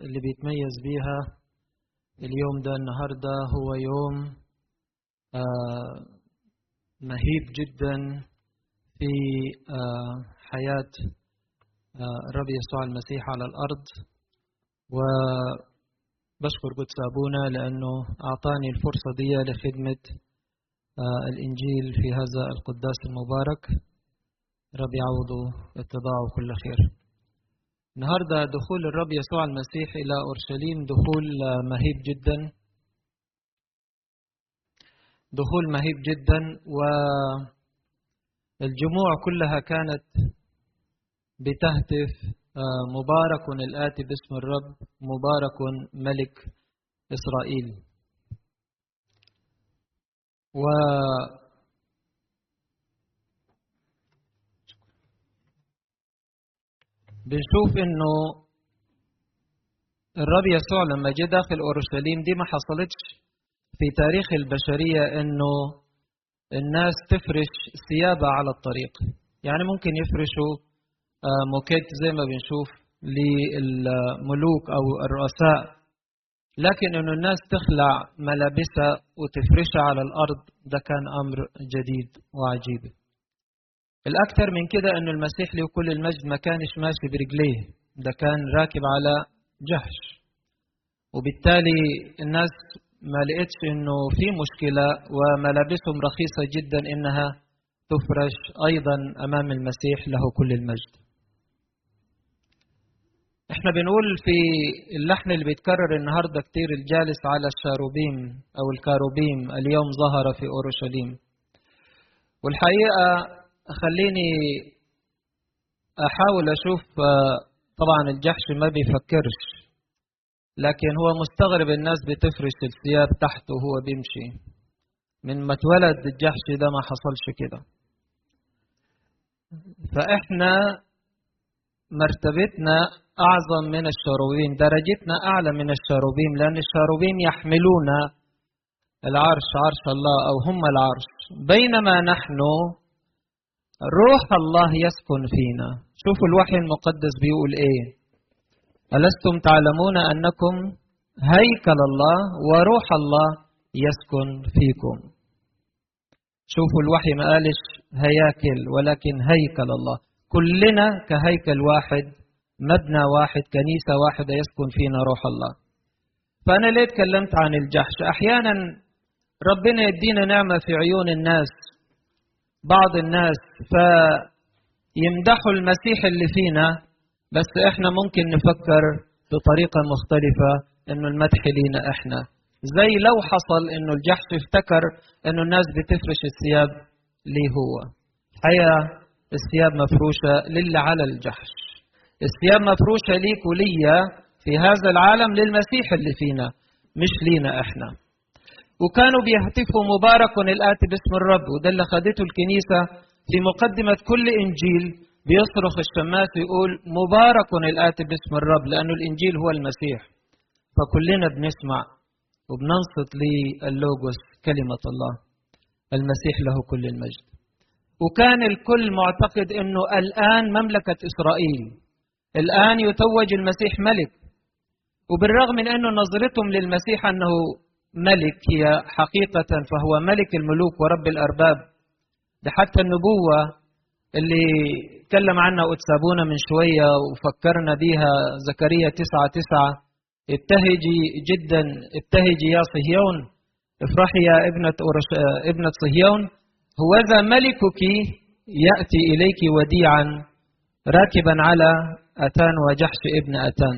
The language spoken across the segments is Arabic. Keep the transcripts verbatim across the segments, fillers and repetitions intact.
اللي بيتميز بيها اليوم ده النهاردة هو يوم مهيب جدا في حياة الرب يسوع المسيح على الأرض. وبشكر قدس أبونا لأنه أعطاني الفرصة دي لخدمة الإنجيل في هذا القداس المبارك. رب يعوضه اتضاعه كل خير. النهاردة دخول الرب يسوع المسيح إلى أورشليم دخول مهيب جدا، دخول مهيب جدا، والجموع كلها كانت بتهتف مبارك الآتي باسم الرب، مبارك ملك إسرائيل. و بنشوف انه الرب يسوع لما جه داخل اورشليم دي ما حصلتش في تاريخ البشرية انه الناس تفرش ثيابها على الطريق. يعني ممكن يفرشوا موكيت زي ما بنشوف للملوك او الرؤساء، لكن انه الناس تخلع ملابسها وتفرشها على الارض ده كان امر جديد وعجيب. الأكثر من كده أنه المسيح له كل المجد ما كانش ماشي برجليه، ده كان راكب على جحش، وبالتالي الناس ما لقيتش أنه في مشكلة وملابسهم رخيصة جدا إنها تفرش أيضا أمام المسيح له كل المجد. احنا بنقول في اللحن اللي بيتكرر النهاردة كتير الجالس على الشاروبيم أو الكاروبيم اليوم ظهر في أورشليم. والحقيقة خليني أحاول أشوف، طبعا الجحش ما بيفكرش، لكن هو مستغرب الناس بتفرش الثياب تحته وهو بيمشي. من ما اتولد الجحش ده ما حصلش كده. فإحنا مرتبتنا أعظم من الشاروبيم، درجتنا أعلى من الشاروبيم، لأن الشاروبيم يحملون العرش، عرش الله أو هم العرش، بينما نحن روح الله يسكن فينا. شوفوا الوحي المقدس بيقول ايه: ألستم تعلمون أنكم هيكل الله وروح الله يسكن فيكم. شوفوا الوحي ما قالش هياكل ولكن هيكل الله، كلنا كهيكل واحد، مبنى واحد، كنيسة واحدة يسكن فينا روح الله. فأنا ليه تكلمت عن الجحش؟ أحيانا ربنا يدينا نعمة في عيون الناس، بعض الناس فيمدحوا المسيح اللي فينا، بس احنا ممكن نفكر بطريقة مختلفة انه المدح لينا احنا. زي لو حصل انه الجحش افتكر انه الناس بتفرش الثياب ليه هو. الحقيقة الثياب مفروشة للي على الجحش، الثياب مفروشة ليك وليا في هذا العالم للمسيح اللي فينا، مش لينا احنا. وكانوا بيهتفوا مبارك الآتي باسم الرب، وده اللي خدته الكنيسة في مقدمة كل إنجيل. بيصرخ الشماس يقول مبارك الآتي باسم الرب، لأنه الإنجيل هو المسيح. فكلنا بنسمع وبننصت للوغوس كلمة الله المسيح له كل المجد. وكان الكل معتقد أنه الآن مملكة إسرائيل، الآن يتوج المسيح ملك. وبالرغم من أنه نظرتهم للمسيح أنه ملك هي حقيقة فهو ملك الملوك ورب الأرباب، ده حتى النبوة اللي تكلم عنها أتسابونا من شوية وفكرنا بيها زكريا تسعة تسعة: ابتهجي جدا، ابتهجي يا صهيون، افرحي يا ابنة, ابنة صهيون، هوذا ملكك يأتي إليك وديعا راكبا على أتان وجحش ابن أتان.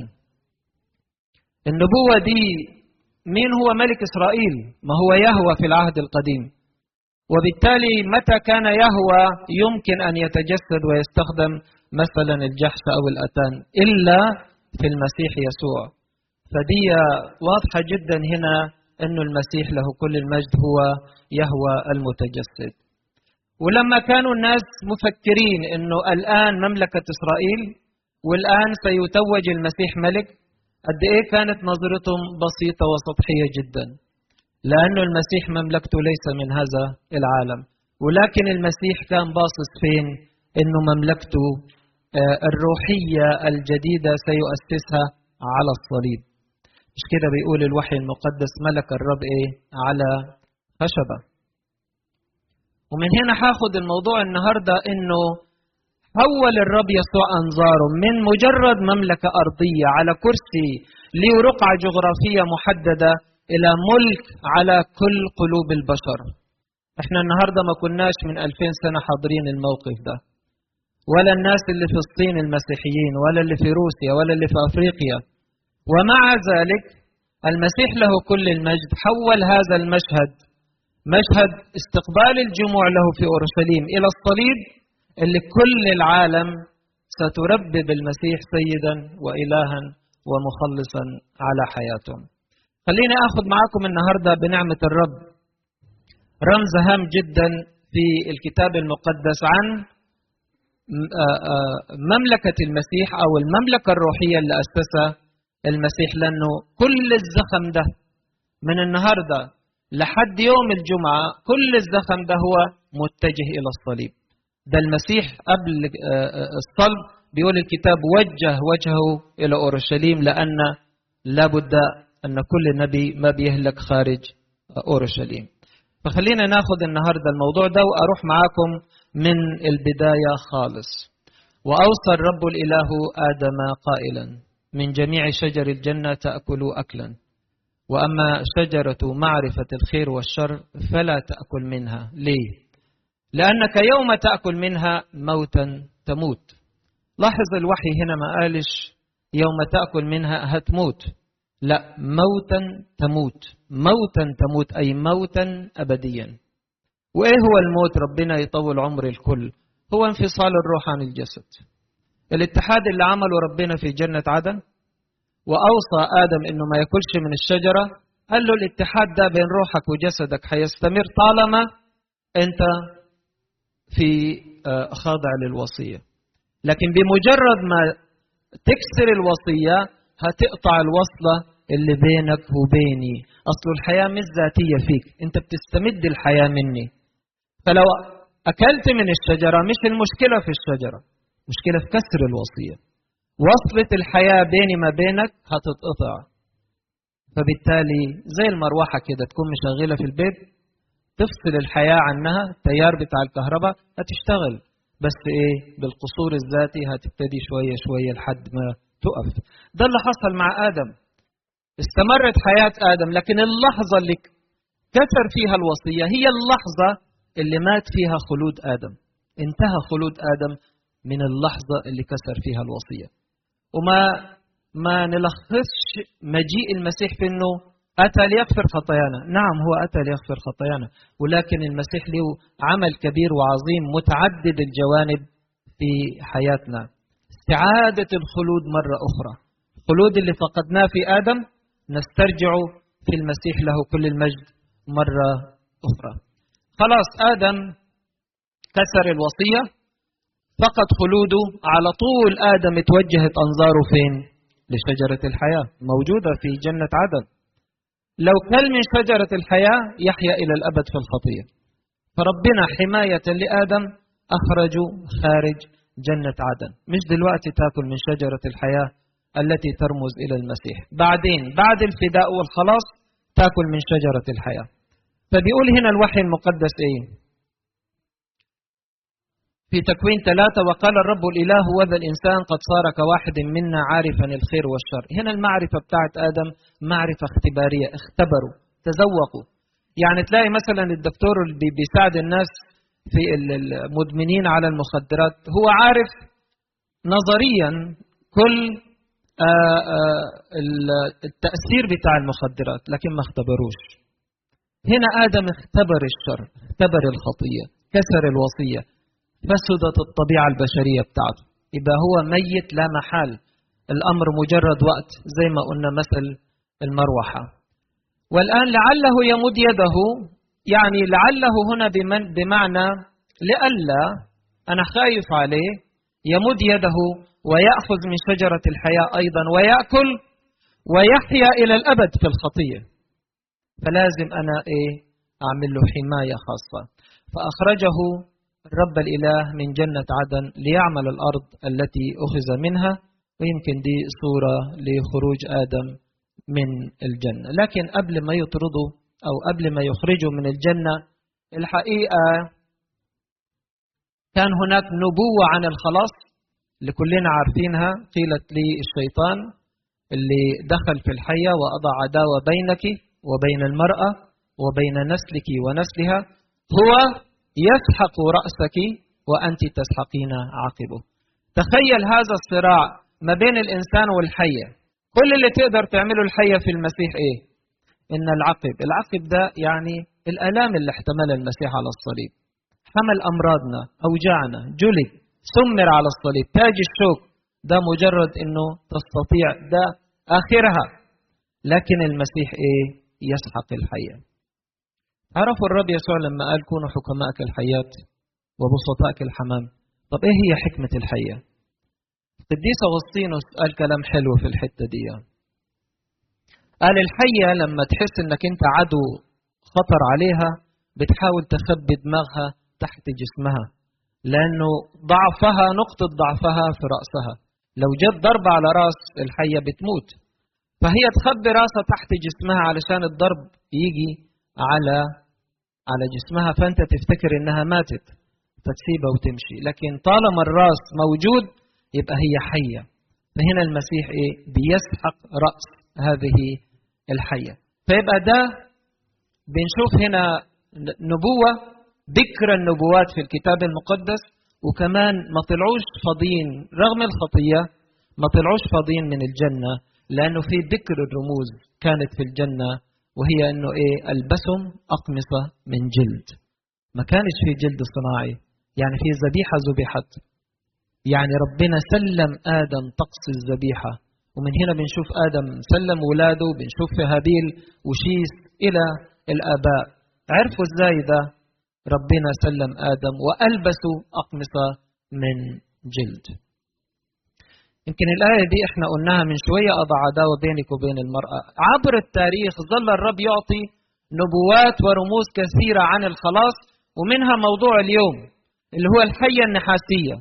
النبوة دي مين هو ملك إسرائيل؟ ما هو يهوى في العهد القديم. وبالتالي متى كان يهوى يمكن أن يتجسد ويستخدم مثلا الجحش أو الأتان إلا في المسيح يسوع. فدي واضحة جدا هنا أن المسيح له كل المجد هو يهوى المتجسد. ولما كانوا الناس مفكرين أنه الآن مملكة إسرائيل والآن سيتوج المسيح ملك، قد إيه كانت نظرتهم بسيطة وسطحية جدا، لأنه المسيح مملكته ليس من هذا العالم. ولكن المسيح كان باصص فين؟ إنه مملكته الروحية الجديدة سيؤسسها على الصليب. مش كده بيقول الوحي المقدس ملك الرب ايه؟ على خشبة. ومن هنا هاخد الموضوع النهاردة انه حول الرب يسوع أنظاره من مجرد مملكة أرضية على كرسي له رقعة جغرافية محددة إلى ملك على كل قلوب البشر. احنا النهاردة ما كناش من ألفين سنة حاضرين الموقف ده، ولا الناس اللي في الصين المسيحيين، ولا اللي في روسيا، ولا اللي في أفريقيا. ومع ذلك المسيح له كل المجد حول هذا المشهد، مشهد استقبال الجموع له في أورشليم، إلى الصليب اللي كل العالم ستربب المسيح سيدا وإلها ومخلصا على حياتهم. خليني أخذ معكم النهاردة بنعمة الرب رمز هام جدا في الكتاب المقدس عن مملكة المسيح أو المملكة الروحية اللي أسسها المسيح. لأنه كل الزخم ده من النهاردة لحد يوم الجمعة، كل الزخم ده هو متجه إلى الصليب. ده المسيح قبل الصلب بيقول الكتاب وجه وجهه إلى أورشليم، لأن لابد أن كل نبي ما بيهلك خارج أورشليم. فخلينا ناخد النهاردة الموضوع ده وأروح معاكم من البداية خالص. وأوصى الرب الإله آدم قائلا من جميع شجر الجنة تأكلوا أكلا، وأما شجرة معرفة الخير والشر فلا تأكل منها. ليه؟ لأنك يوم تأكل منها موتا تموت. لاحظ الوحي هنا ما قالش يوم تأكل منها هتموت، لا، موتا تموت. موتا تموت أي موتا أبديا. وإيه هو الموت؟ ربنا يطول عمر الكل، هو انفصال الروح عن الجسد. الاتحاد اللي عمله ربنا في جنة عدن، وأوصى آدم إنه ما يأكلش من الشجرة، قال له الاتحاد ده بين روحك وجسدك هيستمر طالما أنت في خاضع للوصية. لكن بمجرد ما تكسر الوصية هتقطع الوصلة اللي بينك وبيني. أصل الحياة مش ذاتية فيك، أنت بتستمد الحياة مني. فلو أكلت من الشجرة مش المشكلة في الشجرة، مشكلة في كسر الوصية. وصلة الحياة بيني ما بينك هتتقطع. فبالتالي زي المروحة كده تكون مشغلة في البيت، تفصل الحياة عنها، التيار بتاع الكهرباء هتشتغل، بس ايه؟ بالقصور الذاتي هتبتدي شوية شوية لحد ما تقف. ده اللي حصل مع آدم. استمرت حياة آدم، لكن اللحظة اللي كسر فيها الوصية هي اللحظة اللي مات فيها خلود آدم. انتهى خلود آدم من اللحظة اللي كسر فيها الوصية. وما ما نلخصش مجيء المسيح في انه أتى ليغفر خطايانا. نعم هو أتى ليغفر خطايانا، ولكن المسيح له عمل كبير وعظيم متعدد الجوانب في حياتنا. استعادة الخلود مرة أخرى، الخلود اللي فقدناه في آدم نسترجعه في المسيح له كل المجد مرة أخرى. خلاص آدم كسر الوصية، فقد خلوده، على طول آدم اتوجهت أنظاره فين؟ لشجرة الحياة موجودة في جنة عدن. لو كل من شجرة الحياة يحيا إلى الأبد في الخطية. فربنا حماية لآدم أخرجوا خارج جنة عدن. مش دلوقتي تأكل من شجرة الحياة التي ترمز إلى المسيح، بعدين بعد الفداء والخلاص تأكل من شجرة الحياة. فبيقول هنا الوحي المقدس إيه؟ في تكوين ثلاثة وقال الرب الإله وذا الإنسان قد صار كواحد منا عارفا الخير والشر. هنا المعرفة بتاعت آدم معرفة اختبارية، اختبروا، تذوقوا. يعني تلاقي مثلا الدكتور اللي بيساعد الناس في المدمنين على المخدرات هو عارف نظريا كل التأثير بتاع المخدرات، لكن ما اختبروش. هنا آدم اختبر الشر، اختبر الخطية، كسر الوصية، فسدت الطبيعة البشرية بتاعته، يبقى هو ميت لا محال. الأمر مجرد وقت، زي ما قلنا مثل المروحة. والآن لعله يمد يده، يعني لعله هنا بمعنى لألا، أنا خايف عليه، يمد يده ويأخذ من شجرة الحياة أيضا ويأكل ويحيا إلى الأبد في الخطية. فلازم أنا إيه؟ أعمل له حماية خاصة. فأخرجه الرب الإله من جنة عدن ليعمل الأرض التي أخذ منها ويمكن دي صورة لخروج آدم من الجنة. لكن قبل ما يطردوا أو قبل ما يخرجوا من الجنة، الحقيقة كان هناك نبوة عن الخلاص اللي كلنا عارفينها. قيلت لي الشيطان اللي دخل في الحية وأضع عداوة بينك وبين المرأة وبين نسلك ونسلها، هو يسحق رأسك وأنت تسحقين عقبه. تخيل هذا الصراع ما بين الإنسان والحية. كل اللي تقدر تعمله الحية في المسيح إيه؟ إن العقب العقب ده يعني الآلام اللي احتملها المسيح على الصليب، حمل أمراضنا، أوجعنا، جلد، سمر على الصليب، تاج الشوك، ده مجرد إنه تستطيع ده آخرها. لكن المسيح إيه؟ يسحق الحية. عرفوا الرب يسوع لما قال كونوا حكماء كالحيات وبسطاء كالحمام. طب إيه هي حكمة الحية؟ القديس أغسطينوس قال كلام حلو في الحتة دي. قال الحية لما تحس إنك أنت عدو خطر عليها بتحاول تخبي دماغها تحت جسمها، لأنه ضعفها نقطة ضعفها في رأسها. لو جت ضربة على رأس الحية بتموت، فهي تخبي رأسها تحت جسمها علشان الضرب يجي على على جسمها، فأنت تفتكر إنها ماتت فتسيبها وتمشي. لكن طالما الرأس موجود يبقى هي حية. فهنا المسيح إيه؟ بيسحق رأس هذه الحية. فيبقى ده بنشوف هنا نبوة ذكر النبوات في الكتاب المقدس، وكمان ما طلعوش فاضيين رغم الخطية، ما طلعوش فاضيين من الجنة، لأنه في ذكر الرموز كانت في الجنة، وهي أنه إيه؟ ألبسهم أقمصة من جلد. ما كانش في جلد صناعي، يعني في ذبيحة ذبحت، يعني ربنا سلم آدم طقس الذبيحة. ومن هنا بنشوف آدم سلم ولاده، بنشوف في هابيل وشيس إلى الآباء. عرفوا إزاي ده؟ ربنا سلم آدم وألبسوا أقمصة من جلد. يمكن الآية دي احنا قلناها من شوية، أضع عداوة بينك وبين المرأة. عبر التاريخ ظل الرب يعطي نبوات ورموز كثيرة عن الخلاص، ومنها موضوع اليوم اللي هو الحية النحاسية،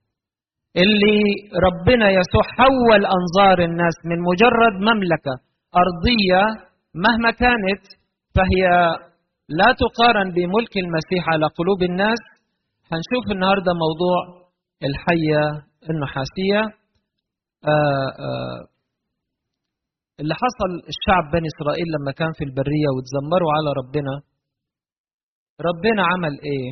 اللي ربنا يسوع حول أنظار الناس من مجرد مملكة أرضية مهما كانت، فهي لا تقارن بملك المسيح على قلوب الناس. هنشوف النهاردة موضوع الحية النحاسية. آآ آآ اللي حصل الشعب بني إسرائيل لما كان في البرية وتذمروا على ربنا، ربنا عمل إيه؟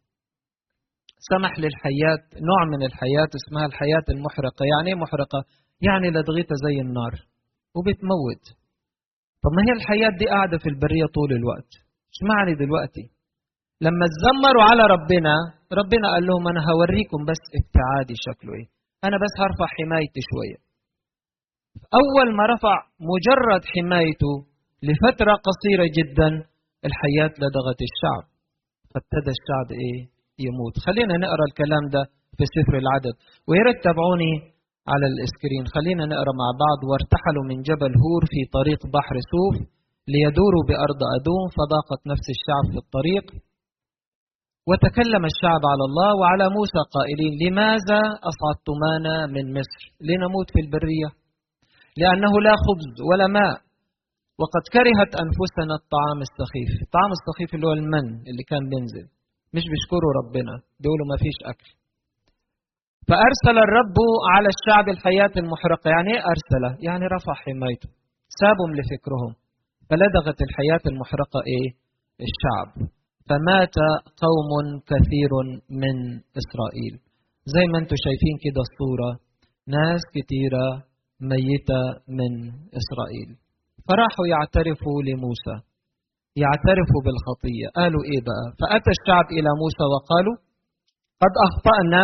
سمح للحيات، نوع من الحيات اسمها الحياة المحرقة. يعني ايه محرقة؟ يعني لدغيتها زي النار وبتموت. طب ما هي الحياة دي قاعدة في البرية طول الوقت، مش معنى دلوقتي لما تزمروا على ربنا، ربنا قال لهم أنا هوريكم بس ابتعادي شكله إيه، أنا بس هرفع حمايتي شوية. أول ما رفع مجرد حمايته لفترة قصيرة جدا، الحياة لدغت الشعب، فابتدى الشعب إيه؟ يموت. خلينا نقرأ الكلام ده في سفر العدد، وياريت تابعوني على الاسكرين. خلينا نقرأ مع بعض. وارتحلوا من جبل هور في طريق بحر سوف ليدوروا بأرض أدوم، فضاقت نفس الشعب في الطريق. وتكلم الشعب على الله وعلى موسى قائلين لماذا أصعدتمانا من مصر لنموت في البرية؟ لأنه لا خبز ولا ماء، وقد كرهت أنفسنا الطعام السخيف. الطعام السخيف اللي هو المن اللي كان بينزل، مش بيشكروا ربنا، بيقولوا ما فيش أكل. فأرسل الرب على الشعب الحياة المحرقة. يعني إيه أرسل؟ يعني رفع حمايته، سابهم لفكرهم، فلدغت الحياة المحرقة إيه؟ الشعب، فمات قوم كثير من إسرائيل. زي ما أنتم شايفين كده الصورة، ناس كثيرة ميتة من إسرائيل. فراحوا يعترفوا لموسى، يعترفوا بالخطية. قالوا إيه بقى؟ فأتى الشعب إلى موسى وقالوا قد أخطأنا،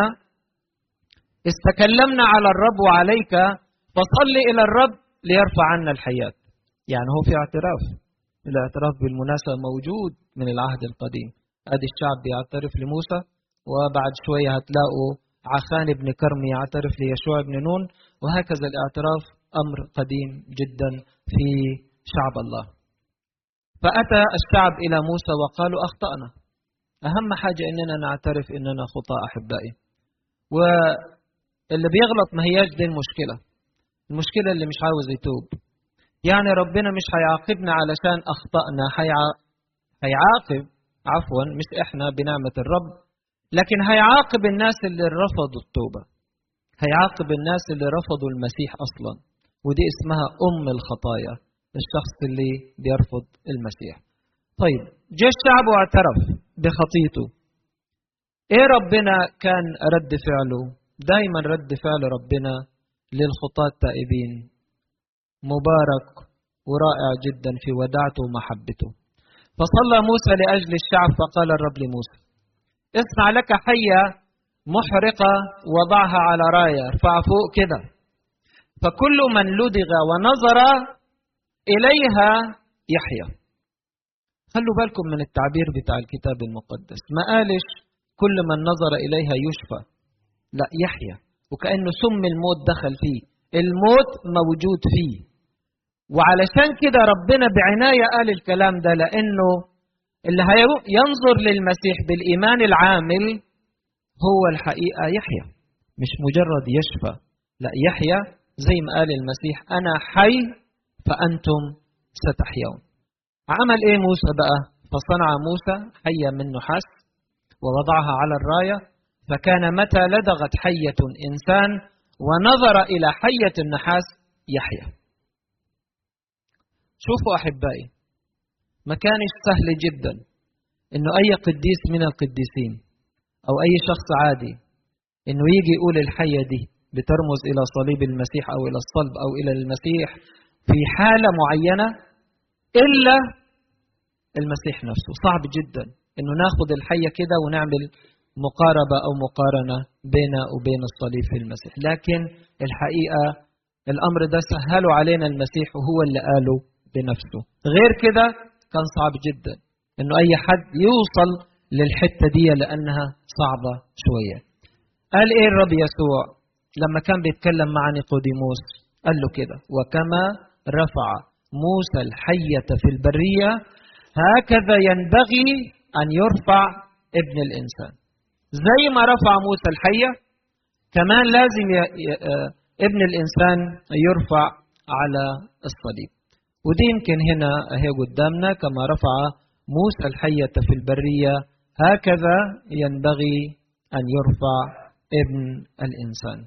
استكلمنا على الرب وعليك، فصل إلى الرب ليرفع عنا الحياة. يعني هو في اعتراف. الاعتراف بالمناسبة موجود من العهد القديم. هذا الشعب بيعترف لموسى، وبعد شوية هتلاقوا عخان بن كرمي يعترف ليشوع بن نون، وهكذا الاعتراف أمر قديم جدا في شعب الله. فأتى الشعب إلى موسى وقالوا أخطأنا. أهم حاجة إننا نعترف إننا خطاء أحبائي. و اللي بيغلط ما هياش دي المشكلة. المشكلة اللي مش عاوز يتوب. يعني ربنا مش هيعاقبنا علشان أخطأنا، هيعاقب عفوا مش إحنا بنعمة الرب، لكن هيعاقب الناس اللي رفضوا التوبة، هيعاقب الناس اللي رفضوا المسيح أصلا، ودي اسمها أم الخطايا، الشخص اللي بيرفض المسيح. طيب جاء الشعب واعترف بخطيته، ايه ربنا كان رد فعله؟ دايما رد فعل ربنا للخطاة التائبين مبارك ورائع جدا في وداعته ومحبته. فصلى موسى لأجل الشعب فقال الرب لموسى اصنع لك حية محرقة وضعها على راية، ارفعها فوق كده، فكل من لدغ ونظر إليها يحيى. خلوا بالكم من التعبير بتاع الكتاب المقدس، ما قالش كل من نظر إليها يشفى، لا يحيى، وكأنه سم الموت دخل فيه، الموت موجود فيه. وعلشان كده ربنا بعناية قال الكلام ده، لأنه اللي ينظر للمسيح بالإيمان العامل هو الحقيقة يحيى، مش مجرد يشفى، لا يحيى زي ما قال المسيح أنا حي فأنتم ستحيون. عمل إيه موسى بقى؟ فصنع موسى حية من نحاس ووضعها على الراية، فكان متى لدغت حية إنسان ونظر إلى حية النحاس يحيى. شوفوا أحبائي، ما كانش سهل جدا إنه أي قديس من القديسين أو أي شخص عادي إنه يجي يقول الحية دي بترمز إلى صليب المسيح أو إلى الصلب أو إلى المسيح في حالة معينة، إلا المسيح نفسه. صعب جدا إنه ناخد الحية كده ونعمل مقاربة أو مقارنة بينه وبين الصليب في المسيح، لكن الحقيقة الأمر ده سهله علينا المسيح وهو اللي قاله بنفسه. غير كده كان صعب جدا إنه أي حد يوصل للحتة دي لأنها صعبة شوية. قال إيه الرب يسوع لما كان بيتكلم مع نيقوديموس؟ قال له كده وكما رفع موسى الحية في البرية هكذا ينبغي أن يرفع ابن الإنسان. زي ما رفع موسى الحية كمان لازم ي... ي... ابن الإنسان يرفع على الصليب. ودي يمكن هنا هي قدامنا، كما رفع موسى الحية في البرية هكذا ينبغي أن يرفع ابن الإنسان.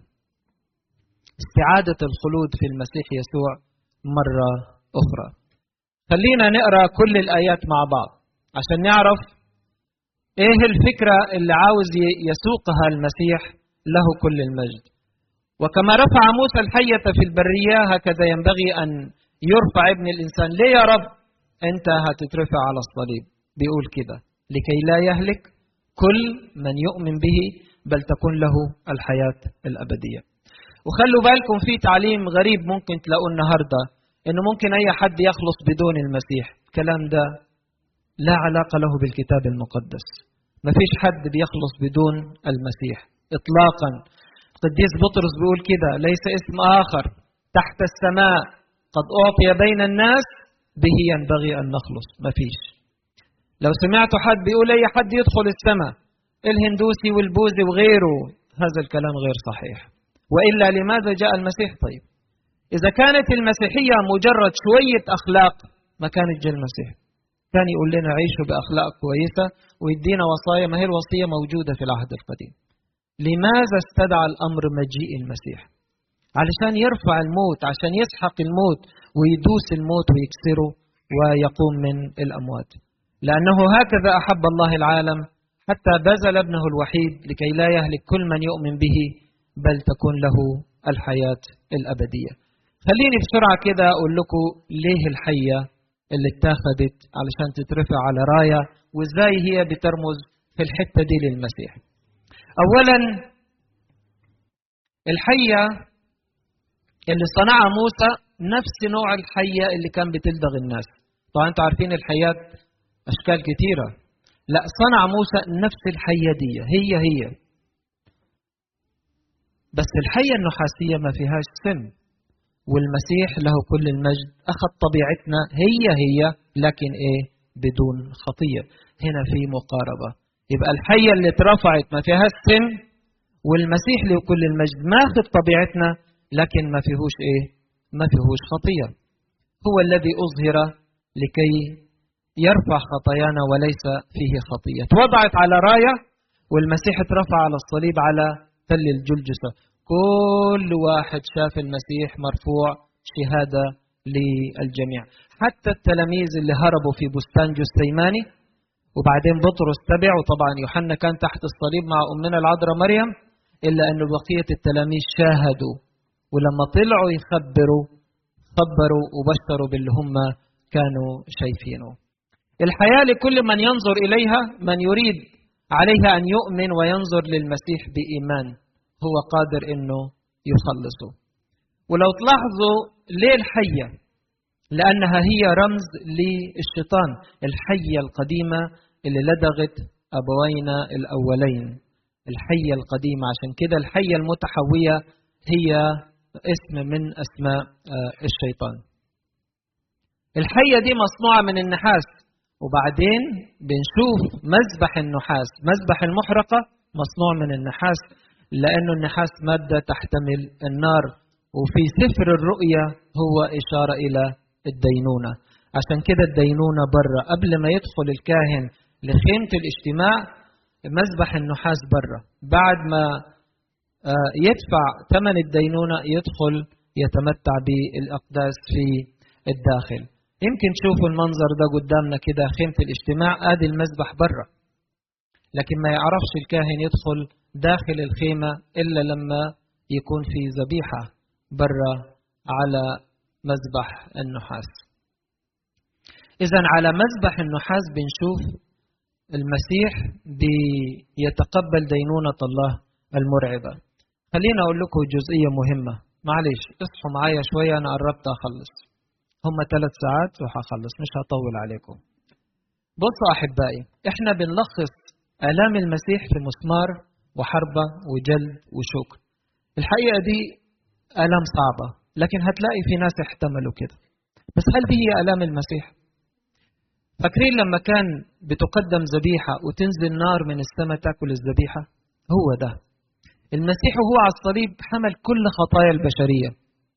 استعادة الخلود في المسيح يسوع مرة أخرى. خلينا نقرأ كل الآيات مع بعض عشان نعرف إيه الفكرة اللي عاوز يسوقها المسيح له كل المجد. وكما رفع موسى الحية في البرية هكذا ينبغي أن يرفع ابن الإنسان. ليه يا رب أنت هتترفع على الصليب؟ بيقول كده لكي لا يهلك كل من يؤمن به بل تكون له الحياة الأبدية. وخلوا بالكم في تعليم غريب ممكن تلاقوه النهاردة، إنه ممكن أي حد يخلص بدون المسيح. الكلام ده لا علاقة له بالكتاب المقدس. ما فيش حد بيخلص بدون المسيح إطلاقا. القديس بطرس بيقول كده ليس اسم آخر تحت السماء قد أعطي بين الناس به ينبغي أن نخلص. ما فيش. لو سمعتوا حد بيقول أي حد يدخل السماء، الهندوسي والبوذي وغيره، هذا الكلام غير صحيح. وإلا لماذا جاء المسيح؟ طيب إذا كانت المسيحية مجرد شوية أخلاق ما كانت جاء المسيح. كان يقول لنا عيشوا بأخلاق كويسة ويدينا وصايا، ما هي الوصية موجودة في العهد القديم. لماذا استدعى الأمر مجيء المسيح؟ علشان يرفع الموت، عشان يسحق الموت ويدوس الموت ويكسره ويقوم من الأموات. لأنه هكذا أحب الله العالم حتى بذل ابنه الوحيد لكي لا يهلك كل من يؤمن به بل تكون له الحياة الأبدية. خليني بسرعة كده أقول لكم ليه الحية اللي اتاخدت علشان تترفع على راية وإزاي هي بترمز في الحتة دي للمسيح. أولا الحية اللي صنعها موسى نفس نوع الحية اللي كان بتلدغ الناس. طبعا انتوا عارفين الحيات أشكال كتيرة، لا صنع موسى نفس الحية دي هي هي، بس الحية النحاسية ما فيهاش سم، والمسيح له كل المجد أخذ طبيعتنا هي هي لكن إيه؟ بدون خطية. هنا في مقاربة. يبقى الحية اللي اترفعت ما فيهاش سم والمسيح له كل المجد ماخذ طبيعتنا لكن ما فيهوش إيه؟ ما فيهوش خطية. هو الذي أظهر لكي يرفع خطايانا وليس فيه خطية. توضعت على راية والمسيح اترفع على الصليب على تل الجلجسة. كل واحد شاف المسيح مرفوع شهادة للجميع، حتى التلاميذ اللي هربوا في بستان جثيماني وبعدين بطرس تبع، وطبعا يوحنا كان تحت الصليب مع أمنا العذراء مريم، إلا أن بقية التلاميذ شاهدوا، ولما طلعوا يخبروا خبروا وبشروا باللي هم كانوا شايفينه. الحياة لكل من ينظر إليها، من يريد عليها أن يؤمن وينظر للمسيح بإيمان هو قادر إنه يخلصه. ولو تلاحظوا ليه الحية؟ لأنها هي رمز للشيطان، الحية القديمة اللي لدغت أبوينا الأولين، الحية القديمة. عشان كده الحية المتحوية هي اسم من أسماء الشيطان. الحية دي مصنوعة من النحاس، وبعدين بنشوف مذبح النحاس، مذبح المحرقة مصنوع من النحاس، لأنه النحاس مادة تحتمل النار. وفي سفر الرؤيا هو إشارة إلى الدينونة. عشان كده الدينونة برا، قبل ما يدخل الكاهن لخيمة الاجتماع مذبح النحاس برا، بعد ما يدفع ثمن الدينونة يدخل يتمتع بالأقداس في الداخل. يمكن تشوفوا المنظر ده قدامنا كده، خيمة الاجتماع آدي المذبح برا، لكن ما يعرفش الكاهن يدخل داخل الخيمة إلا لما يكون في ذبيحة برا على مذبح النحاس. إذن على مذبح النحاس بنشوف المسيح بيتقبل دينونة الله المرعبة. خلينا أقول لكم جزئية مهمة، معلش اصحوا معايا شوية، أنا قربت أخلص، هم ثلاث ساعات وحخلص، مش هطول عليكم. بصوا أحبائي، إحنا بنلخص آلام المسيح في مسمار وحربة وجلد وشوك. الحقيقة دي آلام صعبة، لكن هتلاقي في ناس احتملوا كده. بس هل دي هي آلام المسيح؟ فاكرين لما كان بتقدم ذبيحة وتنزل نار من السماء تأكل الذبيحة؟ هو ده المسيح، وهو على الصليب حمل كل خطايا البشرية.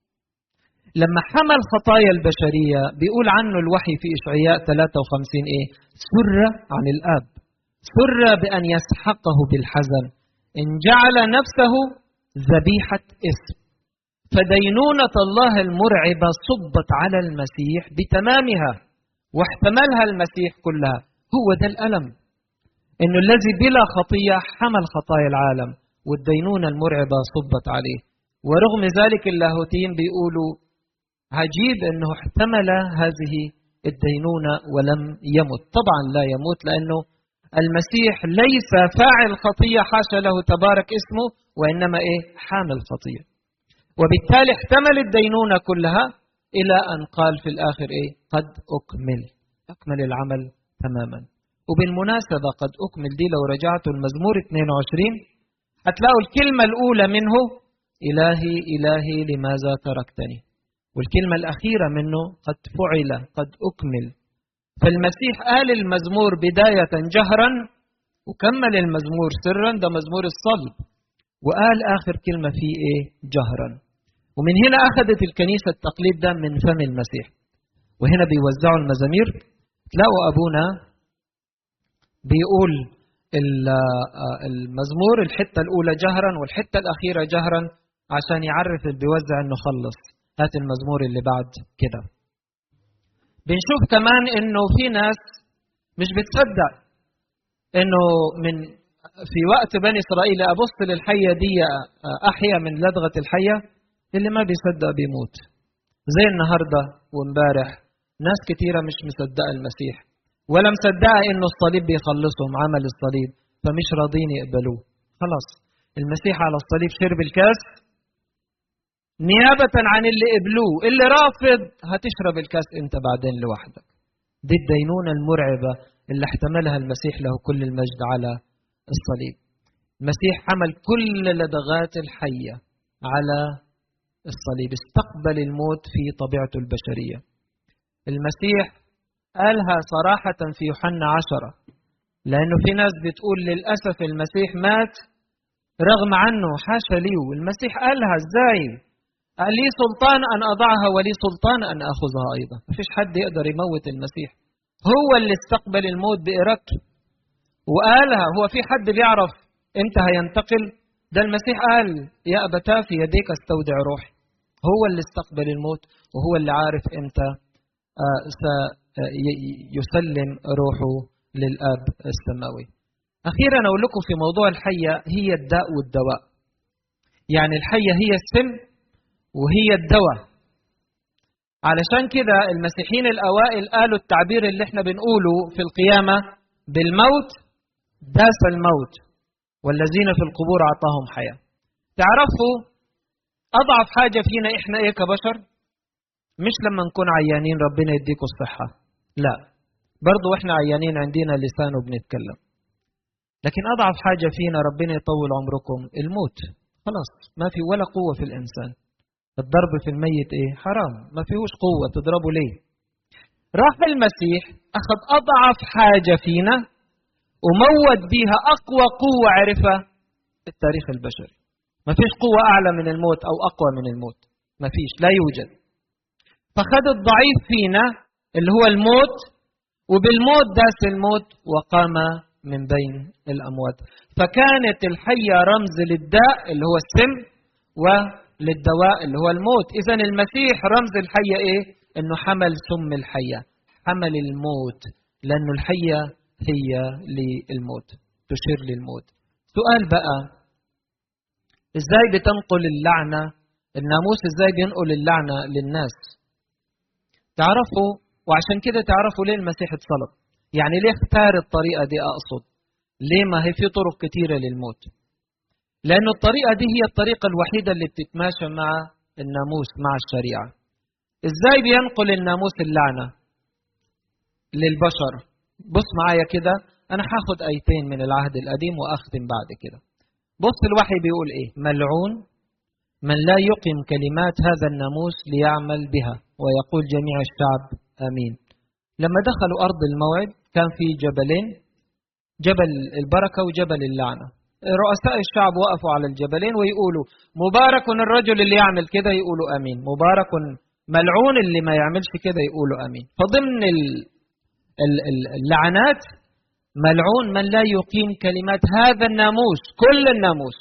لما حمل خطايا البشرية بيقول عنه الوحي في إشعياء ثلاثة وخمسين إيه؟ سر عن الآب، سر بأن يسحقه بالحزن، إن جعل نفسه ذبيحة إثم. فدينونة الله المرعبة صبت على المسيح بتمامها، واحتملها المسيح كلها. هو ده الألم، إنه الذي بلا خطية حمل خطايا العالم، والدينونة المرعبة صبت عليه. ورغم ذلك اللاهوتيين بيقولوا عجيب إنه احتمل هذه الدينونة ولم يمت. طبعا لا يموت، لأنه المسيح ليس فاعل خطية، حاشا له تبارك اسمه، وإنما إيه؟ حامل خطية. وبالتالي احتمل الدينونة كلها إلى أن قال في الآخر إيه؟ قد أكمل، أكمل العمل تماما. وبالمناسبة قد أكمل دي لو رجعتوا المزمور اثنين وعشرين هتلاقوا الكلمة الأولى منه إلهي إلهي لماذا تركتني، والكلمة الأخيرة منه قد فعل، قد أكمل. فالمسيح قال المزمور بداية جهرا وكمل المزمور سرا، ده مزمور الصلب، وقال آخر كلمة فيه إيه؟ جهرا. ومن هنا أخذت الكنيسة التقليد ده من فم المسيح. وهنا بيوزعوا المزامير، تلاقوا أبونا بيقول المزمور الحتة الأولى جهرا والحتة الأخيرة جهرا، عشان يعرف اللي بيوزع إنه خلص، هات المزمور اللي بعد كده. بنشوف كمان إنه في ناس مش بتصدق إنه من في وقت بني إسرائيل أبص للحية دي أحيا من لدغة الحية، اللي ما بيصدق بيموت. زي النهاردة وامبارح ناس كتيرة مش مصدقة المسيح، ولا مصدقة إنه الصليب بيخلصهم، عمل الصليب، فمش راضين يقبلوه. خلاص المسيح على الصليب شرب الكاس نيابة عن اللي قبلوه. اللي رافض هتشرب الكاس انت بعدين لوحدك. دي الدينونة المرعبة اللي احتملها المسيح له كل المجد على الصليب. المسيح حمل كل لدغات الحية على الصليب، استقبل الموت في طبيعته البشرية. المسيح قالها صراحة في يوحنا عشرة، لأنه في ناس بتقول للأسف المسيح مات رغم عنه حاشا لي، والمسيح قالها ازاي؟ قال لي سلطان أن أضعها ولي سلطان أن أخذها أيضا. مفيش حد يقدر يموت المسيح، هو اللي استقبل الموت بإرادته وقالها. هو في حد بيعرف امتى هينتقل؟ ده المسيح قال يا أبتاه في يديك استودع روحي. هو اللي استقبل الموت وهو اللي عارف امتى سيسلم روحه للآب السماوي. أخيرا أقول لكم في موضوع الحية، هي الداء والدواء. يعني الحية هي السم وهي الدواء. علشان كده المسيحيين الأوائل قالوا التعبير اللي احنا بنقوله في القيامة: بالموت داس الموت والذين في القبور أعطاهم حياة. تعرفوا أضعف حاجة فينا إحنا إيه كبشر؟ مش لما نكون عيانين ربنا يديكوا الصحة، لا، برضو إحنا عيانين عندنا لسان وبنتكلم. لكن أضعف حاجة فينا ربنا يطول عمركم الموت. خلاص ما في ولا قوة في الإنسان. الضرب في الميت إيه؟ حرام، ما فيهوش قوة، تضربه ليه؟ راح المسيح أخذ أضعف حاجة فينا وموت بيها أقوى قوة عرفها التاريخ البشري. ما فيش قوة أعلى من الموت أو أقوى من الموت، ما فيش، لا يوجد. فخذ الضعيف فينا اللي هو الموت، وبالموت داس الموت وقام من بين الأموات. فكانت الحية رمز للداء اللي هو السم وللدواء اللي هو الموت. إذن المسيح رمز الحية إيه؟ إنه حمل سم الحية، حمل الموت، لأنه الحية هي للموت، تشير للموت. سؤال بقى، إزاي بتنقل اللعنة؟ الناموس إزاي بينقل اللعنة للناس؟ تعرفوا، وعشان كده تعرفوا ليه المسيح اتصلب. يعني ليه اختار الطريقة دي؟ أقصد ليه؟ ما هي في طرق كتيرة للموت، لأن الطريقة دي هي الطريقة الوحيدة اللي بتتماشى مع الناموس، مع الشريعة. إزاي بينقل الناموس اللعنة للبشر؟ بص معايا كده، أنا هاخد آيتين من العهد القديم وأختم بعد كده. بص الوحي بيقول إيه: ملعون من لا يقيم كلمات هذا الناموس ليعمل بها. ويقول جميع الشعب آمين. لما دخلوا أرض الموعد كان في جبلين، جبل البركة وجبل اللعنة. رؤساء الشعب وقفوا على الجبلين ويقولوا مبارك الرجل اللي يعمل كده، يقولوا آمين. مبارك ملعون اللي ما يعملش كده، يقولوا آمين. فضمن اللعنات ملعون من لا يقيم كلمات هذا الناموس، كل الناموس،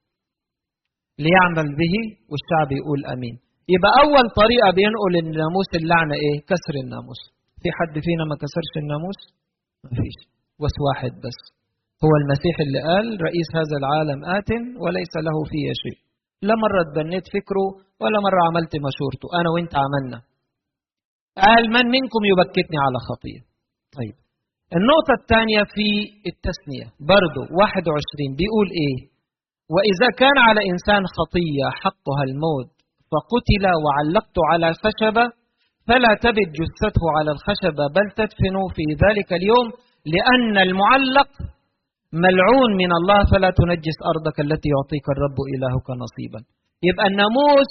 ليعمل به، والشعب يقول آمين. يبقى أول طريقة بينقل الناموس اللعنة إيه؟ كسر الناموس. في حد فينا ما كسرش الناموس؟ ما فيش، بس واحد بس، هو المسيح اللي قال رئيس هذا العالم آت وليس له فيه شيء. لا مرة تبنيت فكره ولا مرة عملت مشورته، أنا وإنت عملنا. قال من منكم يبكتني على خطية. طيب النقطة الثانية في التثنية برضو واحد وعشرين بيقول إيه؟ وإذا كان على إنسان خطية حقها الموت فقتل وعلقت على خشبة فلا تبت جثته على الخشبة بل تدفن في ذلك اليوم، لأن المعلق ملعون من الله فلا تنجس أرضك التي يعطيك الرب إلهك نصيبا. يبقى الناموس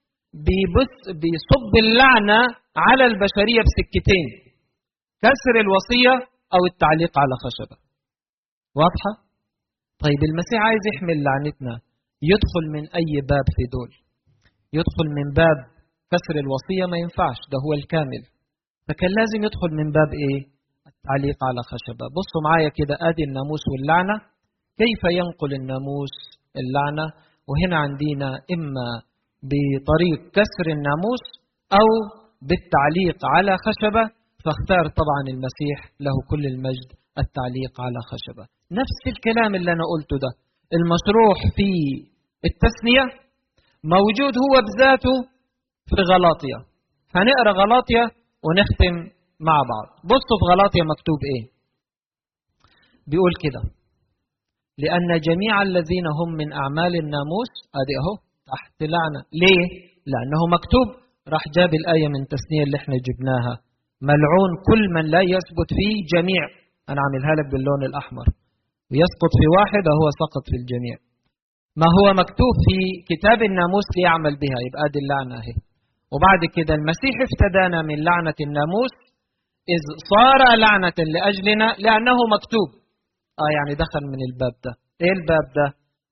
بيصب اللعنة على البشرية بسكتين: كسر الوصية أو التعليق على خشبة. واضحة؟ طيب المسيح عايز يحمل لعنتنا، يدخل من أي باب في دول؟ يدخل من باب كسر الوصية؟ ما ينفعش، ده هو الكامل. فكان لازم يدخل من باب إيه؟ التعليق على خشبة. بصوا معايا كده، آدي الناموس واللعنة. كيف ينقل الناموس اللعنة؟ وهنا عندنا إما بطريق كسر الناموس أو بالتعليق على خشبة، فاختار طبعا المسيح له كل المجد التعليق على خشبة. نفس الكلام اللي أنا قلته ده المشروح في التثنية موجود هو بذاته في غلاطية. هنقرأ غلاطية ونختم مع بعض. بصوا في غلاطية مكتوب إيه؟ بيقول كده: لأن جميع الذين هم من أعمال الناموس أدي أهو تحت لعنة. ليه؟ لأنه مكتوب. راح جاب الآية من تثنية اللي احنا جبناها: ملعون كل من لا يثبت فيه جميع. أنا عاملها لك باللون الأحمر، ويسقط في واحد وهو سقط في الجميع. ما هو مكتوب في كتاب الناموس ليعمل بها، يبقى دي اللعنة اهي. وبعد كده المسيح افتدانا من لعنة الناموس إذ صار لعنة لأجلنا لأنه مكتوب. آه يعني دخل من الباب ده. إيه الباب ده؟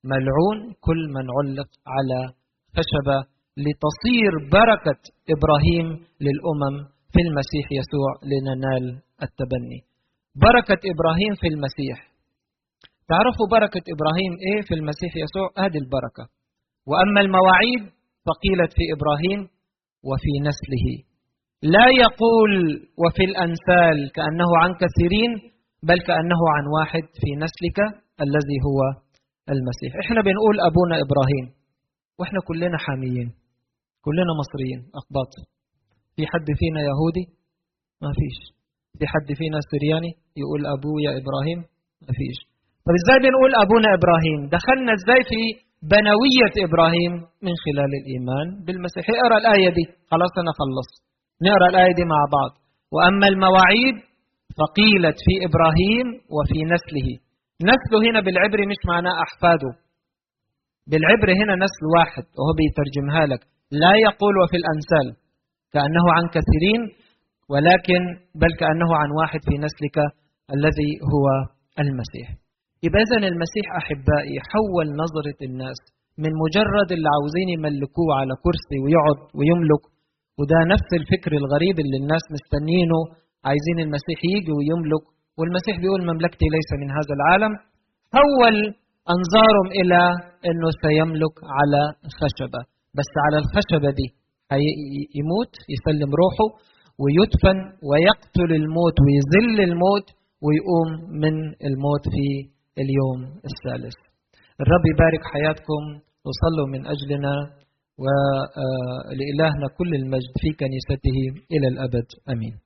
ملعون كل من علق على خشبة لتصير بركة إبراهيم للأمم في المسيح يسوع لننال التبني. بركة إبراهيم في المسيح. تعرفوا بركة إبراهيم إيه في المسيح يسوع؟ هذه البركة. وأما المواعيد فقيلت في إبراهيم وفي نسله. لا يقول وفي الأنسال كأنه عن كثيرين، بل كأنه عن واحد في نسلك الذي هو المسيح. إحنا بنقول أبونا إبراهيم وإحنا كلنا حاميين، كلنا مصريين أقباط. في حد فينا يهودي؟ ما فيش. في حد فينا سرياني يقول أبويا إبراهيم؟ ما فيش. طب إزاي بنقول أبونا إبراهيم؟ دخلنا إزاي في بنوية إبراهيم؟ من خلال الإيمان بالمسيح. اقرأ الآية دي. خلاص أنا خلص. نقرأ الآية دي مع بعض. وأما المواعيد فقيلت في إبراهيم وفي نسله. نسله هنا بالعبري مش معناه أحفاده، بالعبري هنا نسل واحد، وهو بيترجمها لك. لا يقول وفي الأنسال كأنه عن كثيرين، ولكن بل كأنه عن واحد في نسلك الذي هو المسيح. يبقى إذن المسيح أحبائي حول نظرة الناس من مجرد اللي عاوزين يملكوه على كرسي ويقعد ويملك، وده نفس الفكر الغريب اللي الناس مستنينه، عايزين المسيح يجي ويملك، والمسيح بيقول مملكتي ليس من هذا العالم. حول أنظارهم إلى أنه سيملك على خشبة، بس على الخشبة دي يموت، يسلم روحه ويدفن ويقتل الموت ويذل الموت ويقوم من الموت في اليوم الثالث. الرب يبارك حياتكم وصلوا من أجلنا، ولإلهنا كل المجد في كنيسته إلى الأبد. أمين.